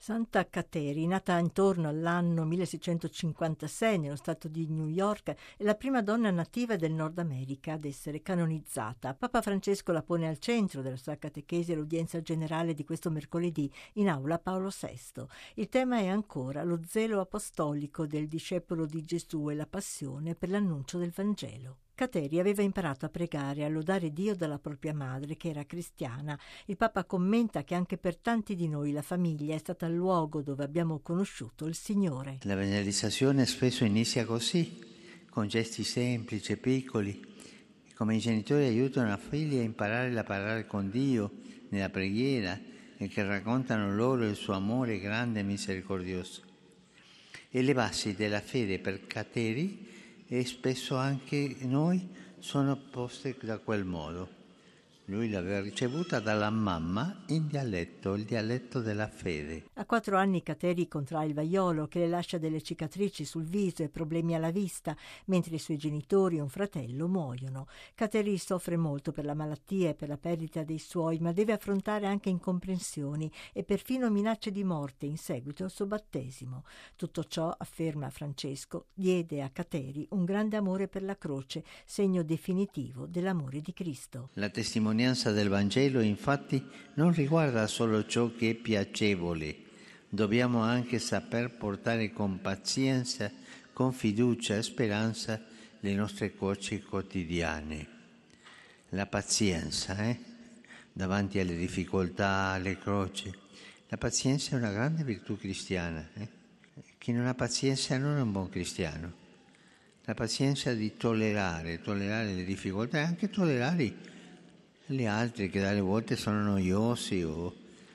Santa Kateri, nata intorno all'anno 1656 nello stato di New York, è la prima donna nativa del Nord America ad essere canonizzata. Papa Francesco la pone al centro della sua catechesi all'udienza generale di questo mercoledì in aula Paolo VI. Il tema è ancora lo zelo apostolico del discepolo di Gesù e la passione per l'annuncio del Vangelo. Kateri aveva imparato a pregare e a lodare Dio dalla propria madre, che era cristiana. Il Papa commenta che anche per tanti di noi la famiglia è stata il luogo dove abbiamo conosciuto il Signore. La evangelizzazione spesso inizia così, con gesti semplici e piccoli, come i genitori aiutano i figli a imparare a parlare con Dio nella preghiera e che raccontano loro il suo amore grande e misericordioso. E le basi della fede per Kateri e spesso anche noi sono poste da quel modo. Lui l'aveva ricevuta dalla mamma in dialetto, il dialetto della fede. A 4 anni Kateri contrae il vaiolo che le lascia delle cicatrici sul viso e problemi alla vista, mentre i suoi genitori e un fratello muoiono. Kateri soffre molto per la malattia e per la perdita dei suoi, ma deve affrontare anche incomprensioni e perfino minacce di morte in seguito al suo battesimo. Tutto ciò, afferma Francesco, diede a Kateri un grande amore per la croce, segno definitivo dell'amore di Cristo. La testimonianza del Vangelo infatti non riguarda solo ciò che è piacevole, dobbiamo anche saper portare con pazienza, con fiducia e speranza le nostre croci quotidiane. La pazienza, davanti alle difficoltà, alle croci. La pazienza è una grande virtù cristiana. Chi non ha pazienza non è un buon cristiano. La pazienza di tollerare le difficoltà e anche tollerare gli altri che dalle volte sono noiosi o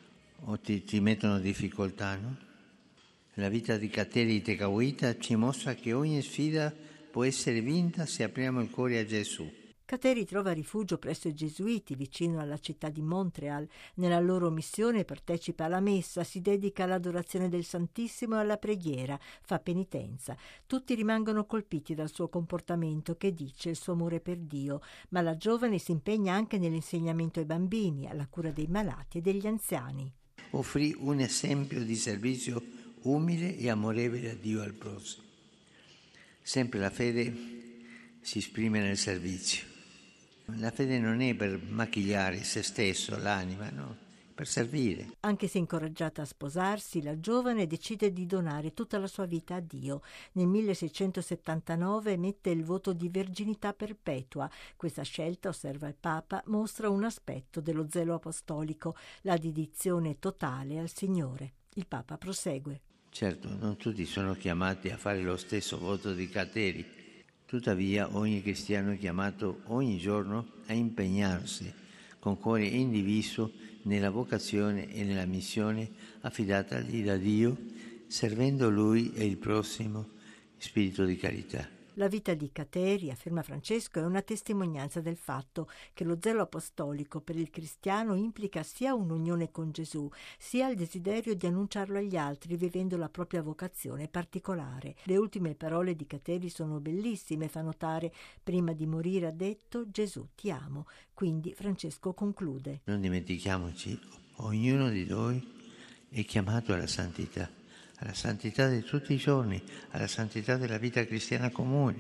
ti mettono difficoltà, no? La vita di Kateri Tekakwitha ci mostra che ogni sfida può essere vinta se apriamo il cuore a Gesù. Kateri trova rifugio presso i Gesuiti, vicino alla città di Montreal. Nella loro missione partecipa alla messa, si dedica all'adorazione del Santissimo e alla preghiera, fa penitenza. Tutti rimangono colpiti dal suo comportamento che dice il suo amore per Dio, ma la giovane si impegna anche nell'insegnamento ai bambini, alla cura dei malati e degli anziani. Offrì un esempio di servizio umile e amorevole a Dio e al prossimo. Sempre la fede si esprime nel servizio. La fede non è per machigliare se stesso, l'anima, no? Per servire. Anche se incoraggiata a sposarsi, la giovane decide di donare tutta la sua vita a Dio. Nel 1679 emette il voto di verginità perpetua. Questa scelta, osserva il Papa, mostra un aspetto dello zelo apostolico, la dedizione totale al Signore. Il Papa prosegue. Certo, non tutti sono chiamati a fare lo stesso voto di Kateri. Tuttavia ogni cristiano è chiamato ogni giorno a impegnarsi con cuore indiviso nella vocazione e nella missione affidatagli da Dio, servendo Lui e il prossimo, spirito di carità. La vita di Kateri, afferma Francesco, è una testimonianza del fatto che lo zelo apostolico per il cristiano implica sia un'unione con Gesù, sia il desiderio di annunciarlo agli altri vivendo la propria vocazione particolare. Le ultime parole di Kateri sono bellissime, fa notare: prima di morire ha detto Gesù ti amo. Quindi Francesco conclude: non dimentichiamoci, ognuno di noi è chiamato alla santità di tutti i giorni, alla santità della vita cristiana comune.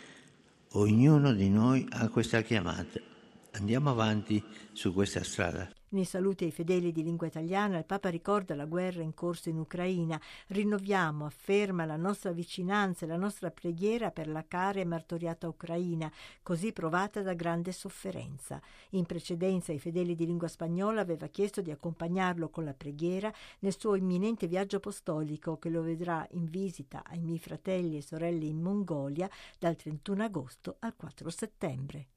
Ognuno di noi ha questa chiamata. Andiamo avanti su questa strada. Nei saluti ai fedeli di lingua italiana, il Papa ricorda la guerra in corso in Ucraina. Rinnoviamo, afferma, la nostra vicinanza e la nostra preghiera per la cara e martoriata Ucraina, così provata da grande sofferenza. In precedenza ai fedeli di lingua spagnola aveva chiesto di accompagnarlo con la preghiera nel suo imminente viaggio apostolico che lo vedrà in visita ai miei fratelli e sorelle in Mongolia dal 31 agosto al 4 settembre.